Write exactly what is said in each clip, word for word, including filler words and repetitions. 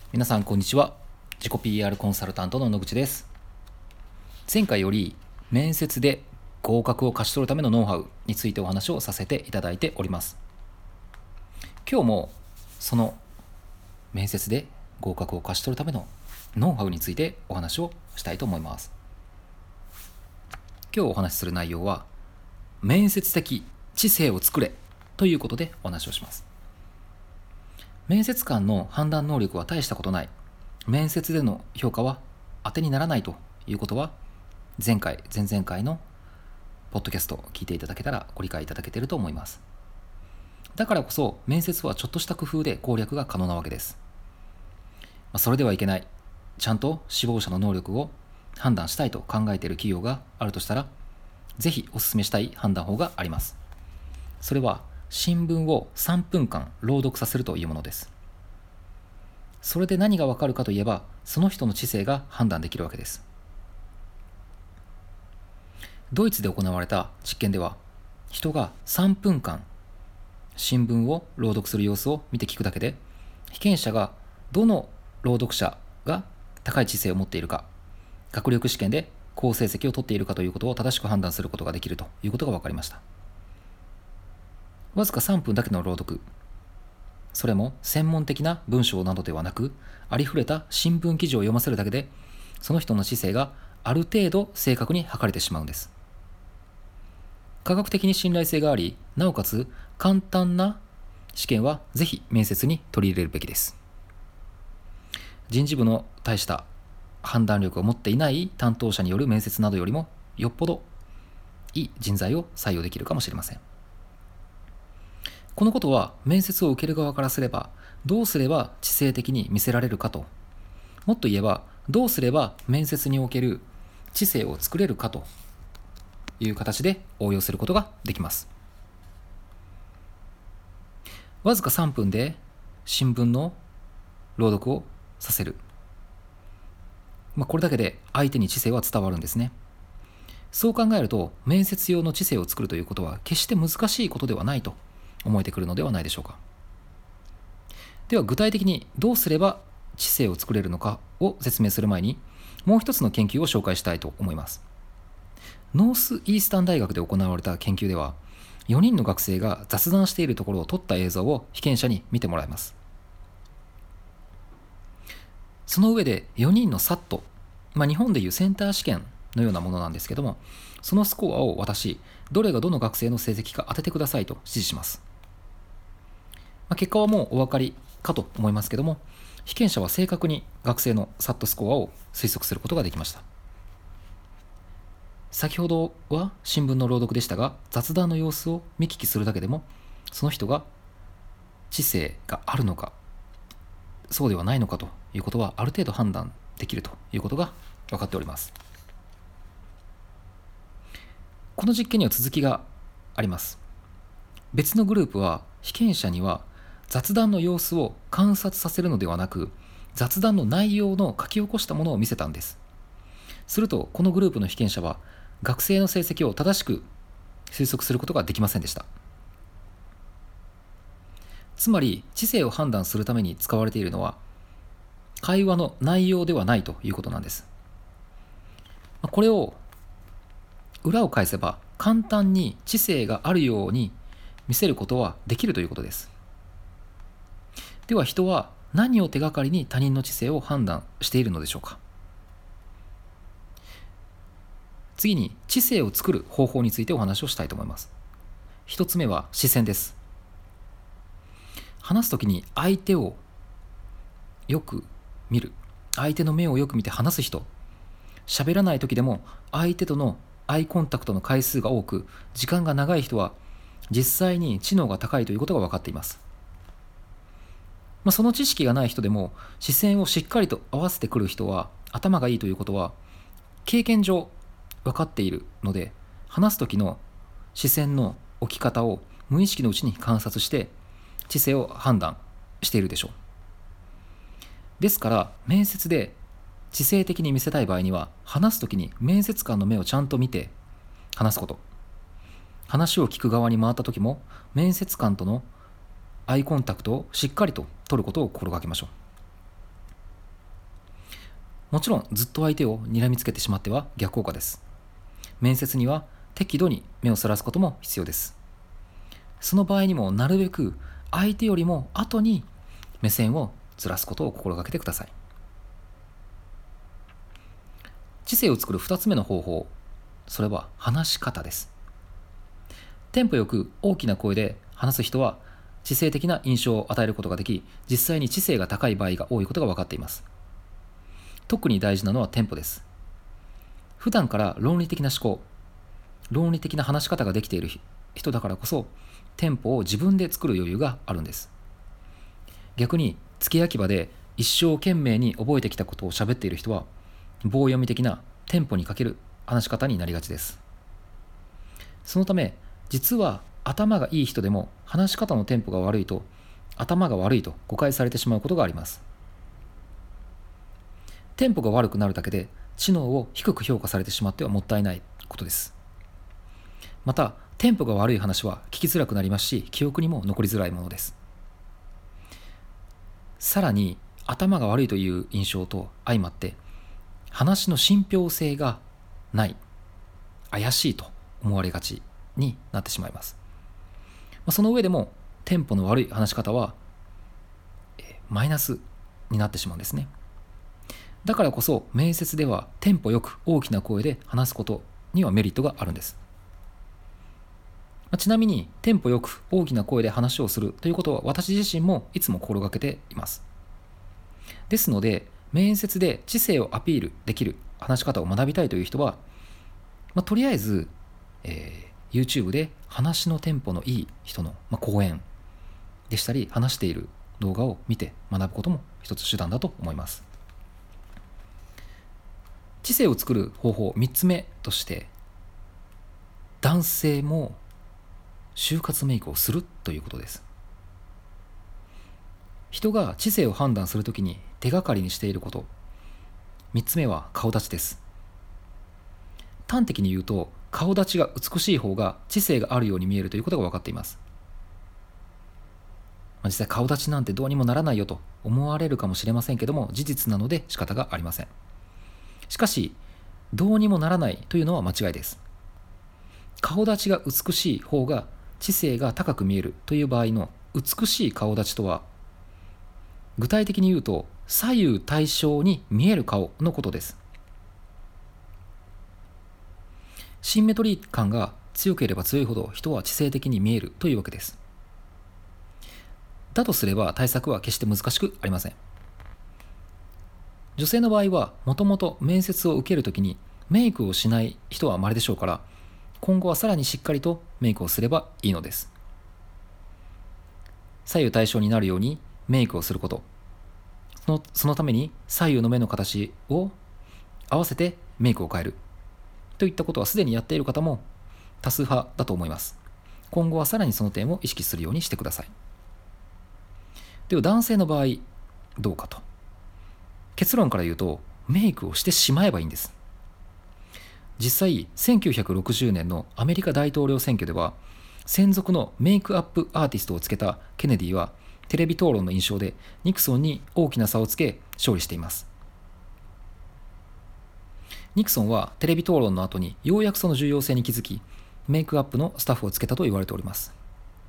皆さんこんにちは。自己 ピーアール コンサルタントの野口です。前回より面接で合格を勝ち取るためのノウハウについてお話をさせていただいております。今日もその面接で合格を勝ち取るためのノウハウについてお話をしたいと思います。今日お話しする内容は面接的知性を作れということでお話をします。面接官の判断能力は大したことない、面接での評価は当てにならないということは、前回前々回のポッドキャストを聞いていただけたらご理解いただけていると思います。だからこそ面接はちょっとした工夫で攻略が可能なわけです。それではいけない、ちゃんと志望者の能力を判断したいと考えている企業があるとしたら、ぜひお勧めしたい判断法があります。それは新聞をさんぷんかん朗読させるというものです。それで何がわかるかといえば、その人の知性が判断できるわけです。ドイツで行われた実験では、人がさんぷんかん新聞を朗読する様子を見て聞くだけで、被験者がどの朗読者が高い知性を持っているか、学力試験で高成績を取っているかということを正しく判断することができるということが分かりました。わずかさんぷんだけの朗読、それも専門的な文章などではなく、ありふれた新聞記事を読ませるだけで、その人の知性がある程度正確に測れてしまうんです。科学的に信頼性があり、なおかつ簡単な試験はぜひ面接に取り入れるべきです。人事部の大した判断力を持っていない担当者による面接などよりも、よっぽどいい人材を採用できるかもしれません。このことは面接を受ける側からすれば、どうすれば知性的に見せられるかと、もっと言えばどうすれば面接における知性を作れるかという形で応用することができます。わずかさんぷんで新聞の朗読をさせる、まあ、これだけで相手に知性は伝わるんですね。そう考えると、面接用の知性を作るということは決して難しいことではないと思えてくるのではないでしょうか。では具体的にどうすれば知性を作れるのかを説明する前に、もう一つの研究を紹介したいと思います。ノースイースタン大学で行われた研究では、よにんの学生が雑談しているところを撮った映像を被験者に見てもらいます。その上でよにんのサット、まあ、日本でいうセンター試験のようなものなんですけども、そのスコアを渡し、どれがどの学生の成績か当ててくださいと指示します。まあ、結果はもうお分かりかと思いますけども、被験者は正確に学生のサットスコアを推測することができました。先ほどは新聞の朗読でしたが、雑談の様子を見聞きするだけでも、その人が知性があるのかそうではないのかということはある程度判断できるということが分かっております。この実験には続きがあります。別のグループは被験者には雑談の様子を観察させるのではなく、雑談の内容の書き起こしたものを見せたんです。するとこのグループの被験者は学生の成績を正しく推測することができませんでした。つまり知性を判断するために使われているのは会話の内容ではないということなんです。これを裏を返せば、簡単に知性があるように見せることはできるということです。では人は何を手がかりに他人の知性を判断しているのでしょうか。次に知性を作る方法についてお話をしたいと思います。一つ目は視線です。話すときに相手をよく見る、相手の目をよく見て話す人、喋らないときでも相手とのアイコンタクトの回数が多く、時間が長い人は実際に知能が高いということが分かっています。まあ、その知識がない人でも視線をしっかりと合わせてくる人は頭がいいということは経験上分かっているので、話す時の視線の置き方を無意識のうちに観察して知性を判断しているでしょう。ですから面接で知性的に見せたい場合には、話すときに面接官の目をちゃんと見て話すこと、話を聞く側に回ったときも面接官とのアイコンタクトをしっかりと取ることを心がけましょう。 もちろんずっと相手を睨みつけてしまっては逆効果です。面接には適度に目をそらすことも必要です。その場合にもなるべく相手よりも後に目線をずらすことを心がけてください。知性を作るふたつめの方法、それは話し方です。テンポよく大きな声で話す人は知性的な印象を与えることができ、実際に知性が高い場合が多いことが分かっています。特に大事なのはテンポです。普段から論理的な思考、論理的な話し方ができている人だからこそ、テンポを自分で作る余裕があるんです。逆に付け焼き場で一生懸命に覚えてきたことを喋っている人は、棒読み的なテンポに欠ける話し方になりがちです。そのため、実は頭がいい人でも話し方のテンポが悪いと、頭が悪いと誤解されてしまうことがあります。テンポが悪くなるだけで知能を低く評価されてしまってはもったいないことです。また、テンポが悪い話は聞きづらくなりますし、記憶にも残りづらいものです。さらに、頭が悪いという印象と相まって、話の信憑性がない、怪しいと思われがちになってしまいます。その上でも、テンポの悪い話し方は、マイナスになってしまうんですね。だからこそ、面接ではテンポよく大きな声で話すことにはメリットがあるんです。ちなみに、テンポよく大きな声で話をするということは私自身もいつも心がけています。ですので、面接で知性をアピールできる話し方を学びたいという人は、まあ、とりあえず、えー、YouTube で話のテンポのいい人の、まあ、講演でしたり、話している動画を見て学ぶことも一つ手段だと思います。知性を作る方法みっつめとして、男性も就活メイクをするということです。人が知性を判断するときに手がかりにしていること、みっつめは顔立ちです。端的に言うと、顔立ちが美しい方が知性があるように見えるということが分かっています。実際顔立ちなんてどうにもならないよと思われるかもしれませんけども、事実なので仕方がありません。しかし、どうにもならないというのは間違いです。顔立ちが美しい方が知性が高く見えるという場合の美しい顔立ちとは、具体的に言うと左右対称に見える顔のことです。シンメトリー感が強ければ強いほど人は知性的に見えるというわけです。だとすれば対策は決して難しくありません。女性の場合はもともと面接を受けるときにメイクをしない人は稀でしょうから、今後はさらにしっかりとメイクをすればいいのです。左右対称になるようにメイクをすること、その、そのために左右の目の形を合わせてメイクを変えるといったことはすでにやっている方も多数派だと思います。今後はさらにその点を意識するようにしてください。では男性の場合どうかと。結論から言うと、メイクをしてしまえばいいんです。実際、せんきゅうひゃくろくじゅうねんのアメリカ大統領選挙では、専属のメイクアップアーティストをつけたケネディは、テレビ討論の印象でニクソンに大きな差をつけ勝利しています。ニクソンはテレビ討論の後にようやくその重要性に気づき、メイクアップのスタッフをつけたと言われております。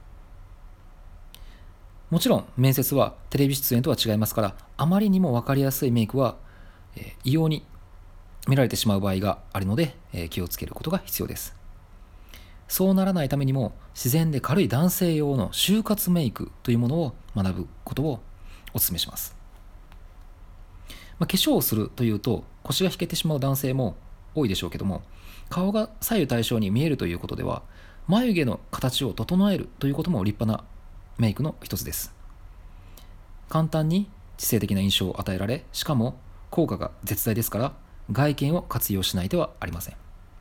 もちろん面接はテレビ出演とは違いますから、あまりにも分かりやすいメイクは、えー、異様に見られてしまう場合があるので、えー、気をつけることが必要です。そうならないためにも、自然で軽い男性用の就活メイクというものを学ぶことをお勧めします。まあ、化粧をするというと腰が引けてしまう男性も多いでしょうけども、顔が左右対称に見えるということでは、眉毛の形を整えるということも立派なメイクの一つです。簡単に知性的な印象を与えられ、しかも効果が絶大ですから、外見を活用しない手はありません。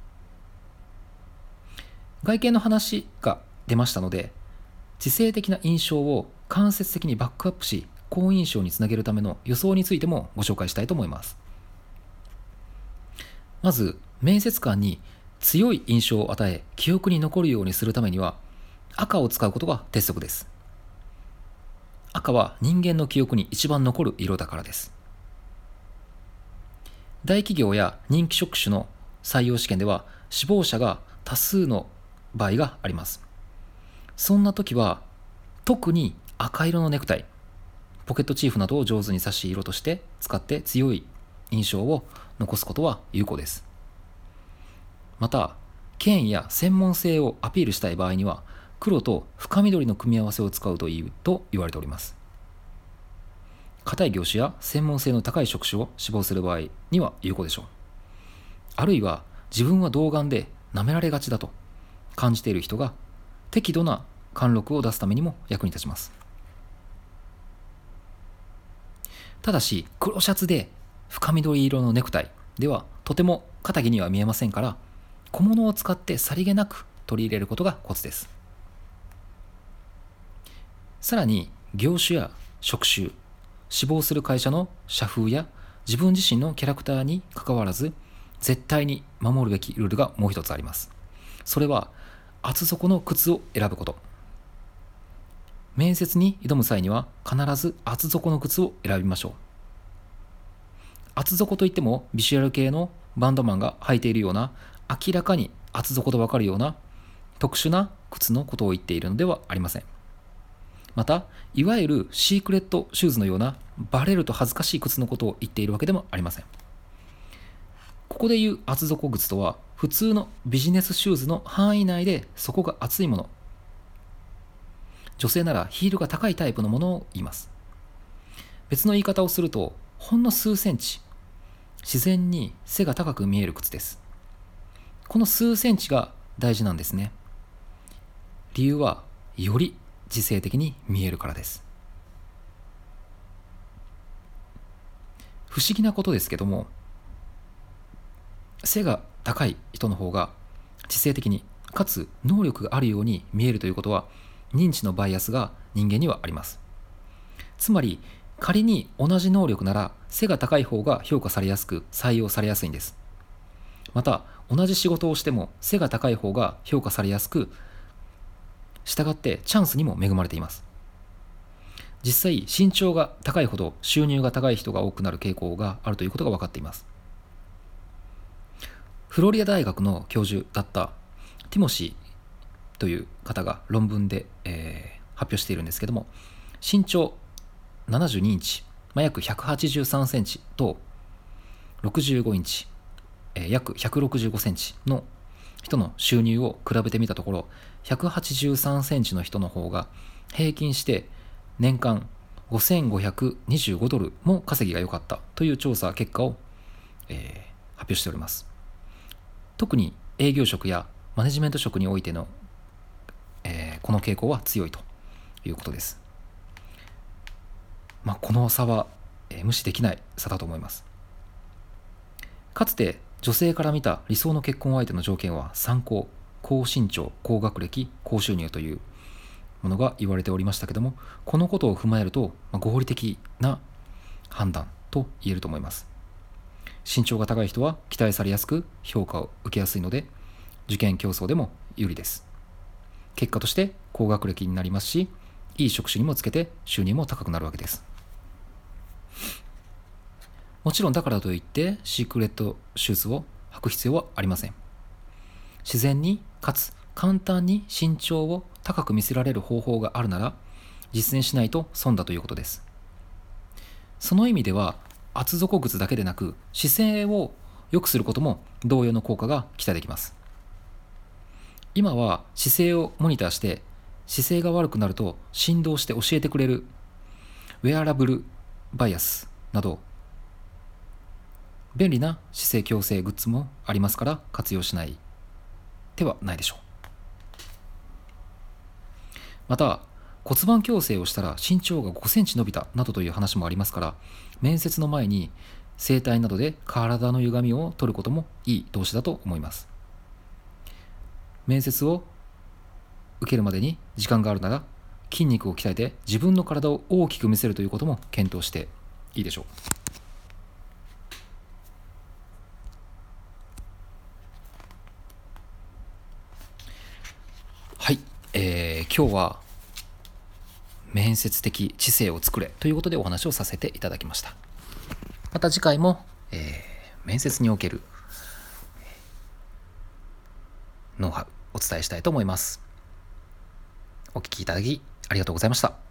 外見の話が出ましたので、知性的な印象を間接的にバックアップし、好印象につなげるための予想についてもご紹介したいと思います。まず、面接官に強い印象を与え、記憶に残るようにするためには、赤を使うことが鉄則です。赤は人間の記憶に一番残る色だからです。 大企業や人気職種の採用試験では志望者が多数の場合があります。そんな時は特に赤色のネクタイ、ポケットチーフなどを上手に差し色として使って強い印象を残すことは有効です。また権威や専門性をアピールしたい場合には黒と深緑の組み合わせを使うといいと言われております。固い業種や専門性の高い職種を志望する場合には有効でしょう。あるいは自分は童顔で舐められがちだと感じている人が適度な貫禄を出すためにも役に立ちます。ただし黒シャツで深緑色のネクタイではとても肩着には見えませんから、小物を使ってさりげなく取り入れることがコツです。さらに業種や職種、志望する会社の社風や自分自身のキャラクターに関わらず絶対に守るべきルールがもう一つあります。それは厚底の靴を選ぶこと。面接に挑む際には必ず厚底の靴を選びましょう。厚底といってもビジュアル系のバンドマンが履いているような明らかに厚底とわかるような特殊な靴のことを言っているのではありません。またいわゆるシークレットシューズのようなバレると恥ずかしい靴のことを言っているわけでもありません。ここでいう厚底靴とは普通のビジネスシューズの範囲内で底が厚いもの、女性ならヒールが高いタイプのものを言います。別の言い方をするとほんの数センチ自然に背が高く見える靴です。この数センチが大事なんですね。理由はより自制的に見えるからです。不思議なことですけども、背が高い人の方が知性的にかつ能力があるように見えるということは認知のバイアスが人間にはあります。つまり仮に同じ能力なら背が高い方が評価されやすく採用されやすいんです。また同じ仕事をしても背が高い方が評価されやすく、従ってチャンスにも恵まれています。実際身長が高いほど収入が高い人が多くなる傾向があるということが分かっています。フロリダ大学の教授だったティモシーという方が論文で、えー発表しているんですけども、身長ななじゅうにインチ、まあ、約ひゃくはちじゅうさんセンチとろくじゅうごインチ、えー約ひゃくろくじゅうごセンチの人の収入を比べてみたところ、ひゃくはちじゅうさんセンチの人の方が平均して年間ごせんごひゃくにじゅうごドルも稼ぎが良かったという調査結果を、えー発表しております。特に営業職やマネジメント職においての、えーこの傾向は強いということです。まあ、この差は、えー無視できない差だと思います。かつて女性から見た理想の結婚相手の条件は参考、高身長、高学歴、高収入というものが言われておりましたけども、このことを踏まえると、まあ、合理的な判断と言えると思います。身長が高い人は期待されやすく評価を受けやすいので受験競争でも有利です。結果として高学歴になりますし、いい職種にもつけて収入も高くなるわけです。もちろんだからといってシークレットシューズを履く必要はありません。自然にかつ簡単に身長を高く見せられる方法があるなら実践しないと損だということです。その意味では厚底靴だけでなく姿勢を良くすることも同様の効果が期待できます。今は姿勢をモニターして姿勢が悪くなると振動して教えてくれるウェアラブルバイアスなど便利な姿勢矯正グッズもありますから活用しない手はないでしょう。また骨盤矯正をしたら身長がごセンチ伸びたなどという話もありますから、面接の前に整体などで体の歪みを取ることもいい投資だと思います。面接を受けるまでに時間があるなら筋肉を鍛えて自分の体を大きく見せるということも検討していいでしょう。はい、えー、今日は面接的知性を作れということでお話をさせていただきました。また次回も、えー、 面接におけるノウハウお伝えしたいと思います。お聞きいただきありがとうございました。